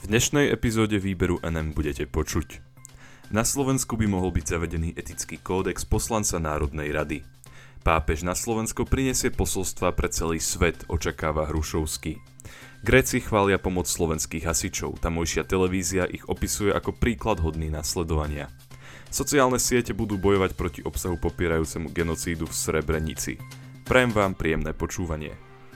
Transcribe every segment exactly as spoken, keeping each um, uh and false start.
dnešnej epizóde výberu en em budete počuť. Na Slovensku by mohol byť zavedený etický kódex poslanca Národnej rady. Pápež na Slovensko prinesie posolstva pre celý svet, očakáva Hrušovský. Gréci chvália pomoc slovenských hasičov, tamojšia televízia ich opisuje ako príklad hodný nasledovania. Sociálne siete budú bojovať proti obsahu popierajúcemu genocídu v Srebrenici. Prajem vám príjemné počúvanie.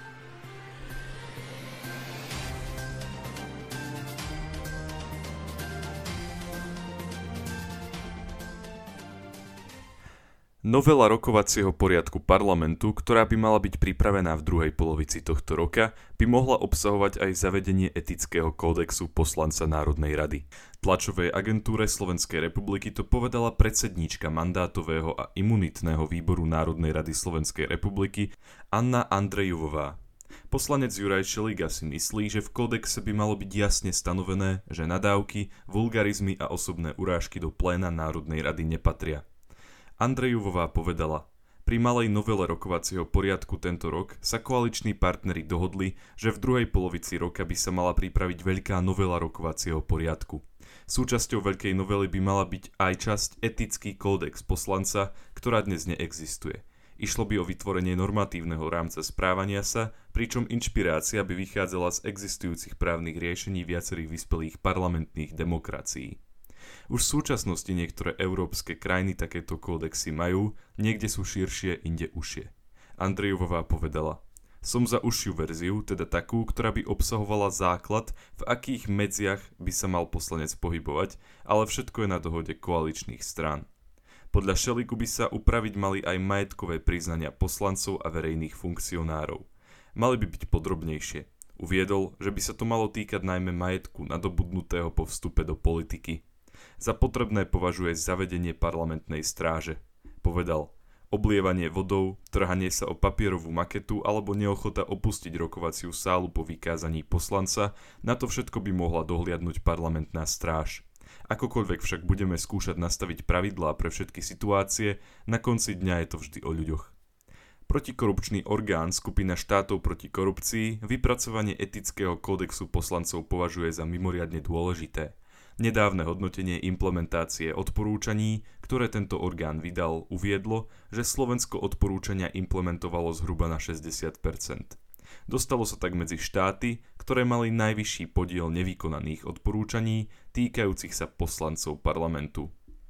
Novela rokovacieho poriadku parlamentu, ktorá by mala byť pripravená v druhej polovici tohto roka, by mohla obsahovať aj zavedenie etického kódexu poslanca Národnej rady. Tlačovej agentúre Slovenskej republiky to povedala predsedníčka mandátového a imunitného výboru Národnej rady Slovenskej republiky Anna Andrejovová. Poslanec Juraj Šeliga si myslí, že v kódexe by malo byť jasne stanovené, že nadávky, vulgarizmy a osobné urážky do pléna Národnej rady nepatria. Andrejovová povedala, pri malej novele rokovacieho poriadku tento rok sa koaliční partneri dohodli, že v druhej polovici roka by sa mala pripraviť veľká novela rokovacieho poriadku. Súčasťou veľkej novely by mala byť aj časť etický kódex poslanca, ktorá dnes neexistuje. Išlo by o vytvorenie normatívneho rámca správania sa, pričom inšpirácia by vychádzala z existujúcich právnych riešení viacerých vyspelých parlamentných demokracií. Už v súčasnosti niektoré európske krajiny takéto kódexy majú, niekde sú širšie, inde užšie. Andrejovová povedala, som za užšiu verziu, teda takú, ktorá by obsahovala základ, v akých medziach by sa mal poslanec pohybovať, ale všetko je na dohode koaličných strán. Podľa Šeligu by sa upraviť mali aj majetkové priznania poslancov a verejných funkcionárov. Mali by byť podrobnejšie. Uviedol, že by sa to malo týkať najmä majetku nadobudnutého po vstupe do politiky. Za potrebné považuje zavedenie parlamentnej stráže. Povedal, oblievanie vodou, trhanie sa o papierovú maketu alebo neochota opustiť rokovaciu sálu po vykázaní poslanca, na to všetko by mohla dohliadnuť parlamentná stráž. Akokoľvek však budeme skúšať nastaviť pravidlá pre všetky situácie, na konci dňa je to vždy o ľuďoch. Protikorupčný orgán skupina štátov proti korupcii vypracovanie etického kódexu poslancov považuje za mimoriadne dôležité. Nedávne hodnotenie implementácie odporúčaní, ktoré tento orgán vydal, uviedlo, že Slovensko odporúčania implementovalo zhruba na šesťdesiat percent. Dostalo sa tak medzi štáty, ktoré mali najvyšší podiel nevykonaných odporúčaní týkajúcich sa poslancov parlamentu.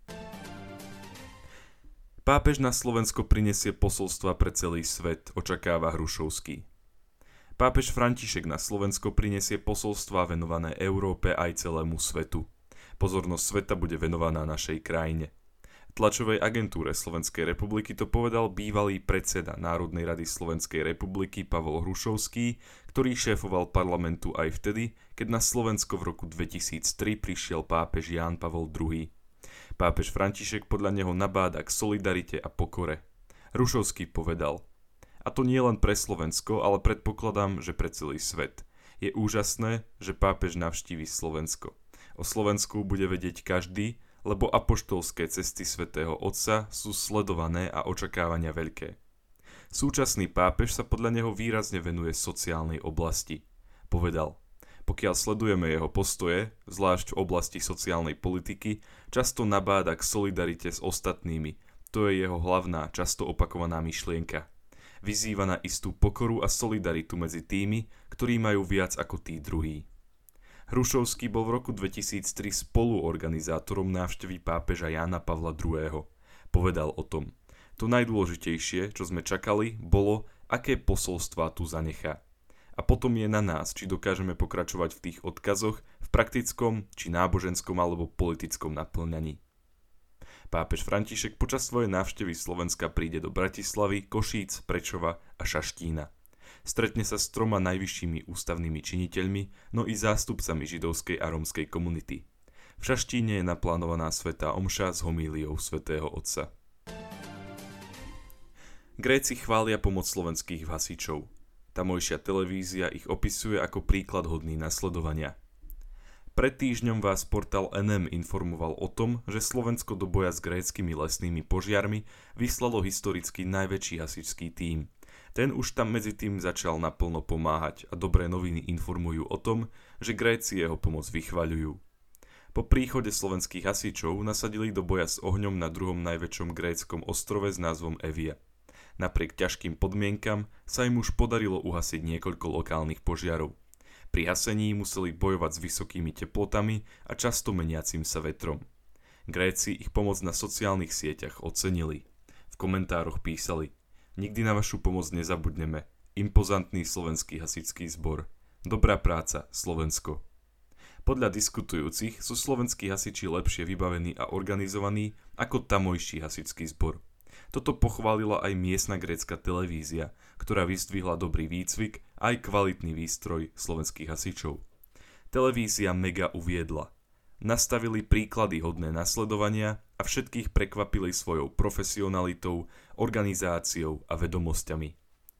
Pápež na Slovensko prinesie posolstva pre celý svet, očakáva Hrušovský. Pápež František na Slovensko prinesie posolstvá venované Európe aj celému svetu. Pozornosť sveta bude venovaná našej krajine. Tlačovej agentúre Slovenskej republiky to povedal bývalý predseda Národnej rady Slovenskej republiky Pavol Hrušovský, ktorý šéfoval parlamentu aj vtedy, keď na Slovensko v roku dvetisíctri prišiel pápež Ján Pavol druhý. Pápež František podľa neho nabáda k solidarite a pokore. Hrušovský povedal, a to nie len pre Slovensko, ale predpokladám, že pre celý svet. Je úžasné, že pápež navštívi Slovensko. O Slovensku bude vedieť každý, lebo apoštolské cesty svätého Otca sú sledované a očakávania veľké. Súčasný pápež sa podľa neho výrazne venuje sociálnej oblasti. Povedal, pokiaľ sledujeme jeho postoje, zvlášť v oblasti sociálnej politiky, často nabáda k solidarite s ostatnými. To je jeho hlavná, často opakovaná myšlienka. Vyzýva na istú pokoru a solidaritu medzi tými, ktorí majú viac ako tí druhí. Hrušovský bol v roku dvetisíctri spoluorganizátorom návštevy pápeža Jána Pavla druhého. Povedal o tom, to najdôležitejšie, čo sme čakali, bolo, aké posolstvá tu zanechá. A potom je na nás, či dokážeme pokračovať v tých odkazoch, v praktickom, či náboženskom alebo politickom naplňaní. Pápež František počas svojej návštevy Slovenska príde do Bratislavy, Košíc, Prečova a Šaštína. Stretne sa s troma najvyššími ústavnými činiteľmi, no i zástupcami židovskej a rómskej komunity. V Šaštíne je naplánovaná svätá omša s homíliou svätého Otca. Gréci chvália pomoc slovenských hasičov. Tamojšia televízia ich opisuje ako príklad hodný nasledovania. Pred týždňom vás portál en em informoval o tom, že Slovensko do boja s gréckymi lesnými požiarmi vyslalo historicky najväčší hasičský tím. Ten už tam medzi tým začal naplno pomáhať a dobré noviny informujú o tom, že Gréci jeho pomoc vychvaľujú. Po príchode slovenských hasičov nasadili do boja s ohňom na druhom najväčšom gréckom ostrove s názvom Evia. Napriek ťažkým podmienkam sa im už podarilo uhasiť niekoľko lokálnych požiarov. Pri hasení museli bojovať s vysokými teplotami a často meniacim sa vetrom. Gréci ich pomoc na sociálnych sieťach ocenili. V komentároch písali: Nikdy na vašu pomoc nezabudneme. Impozantný slovenský hasičský zbor. Dobrá práca, Slovensko. Podľa diskutujúcich sú slovenskí hasiči lepšie vybavení a organizovaní ako tamojší hasičský zbor. Toto pochválila aj miestna grécka televízia, ktorá vyzdvihla dobrý výcvik a aj kvalitný výstroj slovenských hasičov. Televízia Mega uviedla: Nastavili príklady hodné nasledovania a všetkých prekvapili svojou profesionalitou, organizáciou a vedomosťami.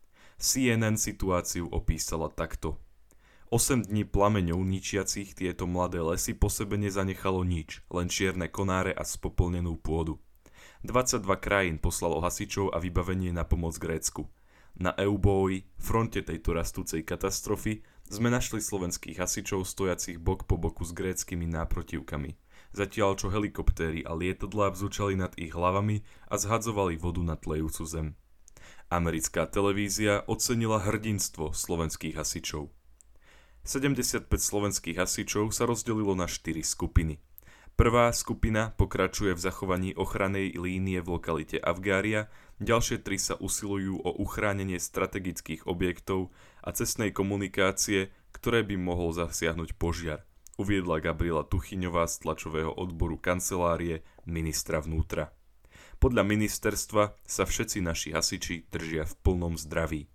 C N N situáciu opísala takto: osem dní plameňov ničiacich tieto mladé lesy po sebe nezanechalo nič, len čierne konáre a spopolnenú pôdu. dvadsaťdva krajín poslalo hasičov a vybavenie na pomoc Grécku. Na Eubói, fronte tejto rastúcej katastrofy, sme našli slovenských hasičov stojacich bok po boku s gréckymi náprotivkami, zatiaľ čo helikoptéry a lietadlá bzučali nad ich hlavami a zhadzovali vodu na tlejúcu zem. Americká televízia ocenila hrdinstvo slovenských hasičov. sedemdesiatpäť slovenských hasičov sa rozdelilo na štyri skupiny. Prvá skupina pokračuje v zachovaní ochrannej línie v lokalite Avgária, ďalšie tri sa usilujú o uchránenie strategických objektov a cestnej komunikácie, ktoré by mohol zasiahnuť požiar, uviedla Gabriela Tuchyňová z tlačového odboru kancelárie ministra vnútra. Podľa ministerstva sa všetci naši hasiči držia v plnom zdraví.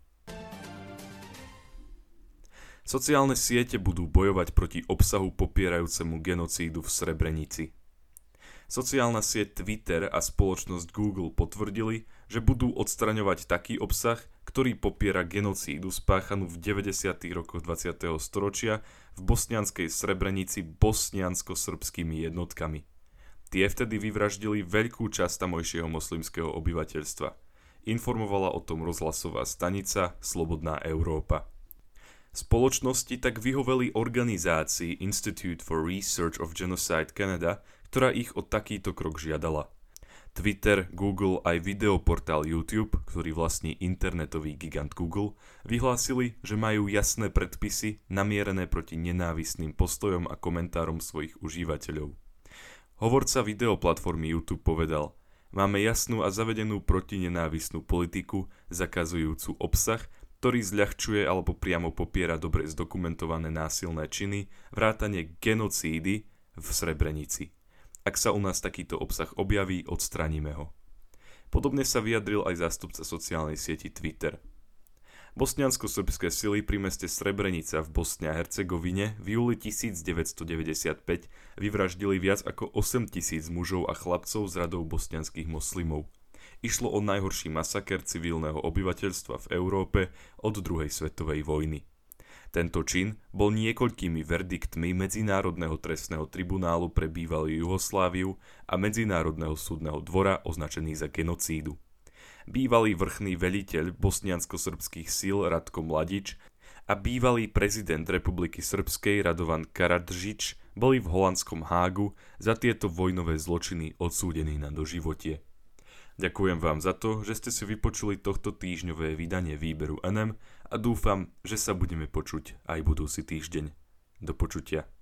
Sociálne siete budú bojovať proti obsahu popierajúcemu genocídu v Srebrenici. Sociálna sieť Twitter a spoločnosť Google potvrdili, že budú odstraňovať taký obsah, ktorý popiera genocídu spáchanú v deväťdesiatych rokoch dvadsiateho storočia v bosnianskej Srebrenici bosniansko-srbskými jednotkami. Tie vtedy vyvraždili veľkú časť tamojšieho moslimského obyvateľstva. Informovala o tom rozhlasová stanica Slobodná Európa. Spoločnosti tak vyhoveli organizácii Institute for Research of Genocide Canada, ktorá ich o takýto krok žiadala. Twitter, Google aj videoportál YouTube, ktorý vlastní internetový gigant Google, vyhlásili, že majú jasné predpisy namierené proti nenávistným postojom a komentárom svojich užívateľov. Hovorca videoplatformy YouTube povedal: Máme jasnú a zavedenú protinenávistnú politiku zakazujúcu obsah, ktorý zľahčuje alebo priamo popiera dobre zdokumentované násilné činy, vrátane genocídy v Srebrenici. Ak sa u nás takýto obsah objaví, odstraníme ho. Podobne sa vyjadril aj zástupca sociálnej sieti Twitter. Bosniansko-srbské sily pri meste Srebrenica v Bosne a Hercegovine v júli devätnásťstodeväťdesiatpäť vyvraždili viac ako osemtisíc mužov a chlapcov z radov bosnianskych moslimov. Išlo o najhorší masaker civilného obyvateľstva v Európe od druhej svetovej vojny. Tento čin bol niekoľkými verdiktmi Medzinárodného trestného tribunálu pre bývalú Jugosláviu a Medzinárodného súdneho dvora označený za genocídu. Bývalý vrchný veliteľ bosniansko-srbských síl Ratko Mladić a bývalý prezident Republiky Srbskej Radovan Karadžić boli v holandskom Hágu za tieto vojnové zločiny odsúdení na doživotie. Ďakujem vám za to, že ste si vypočuli tohto týždňové vydanie Výberu en em a dúfam, že sa budeme počuť aj budúci týždeň. Do počutia.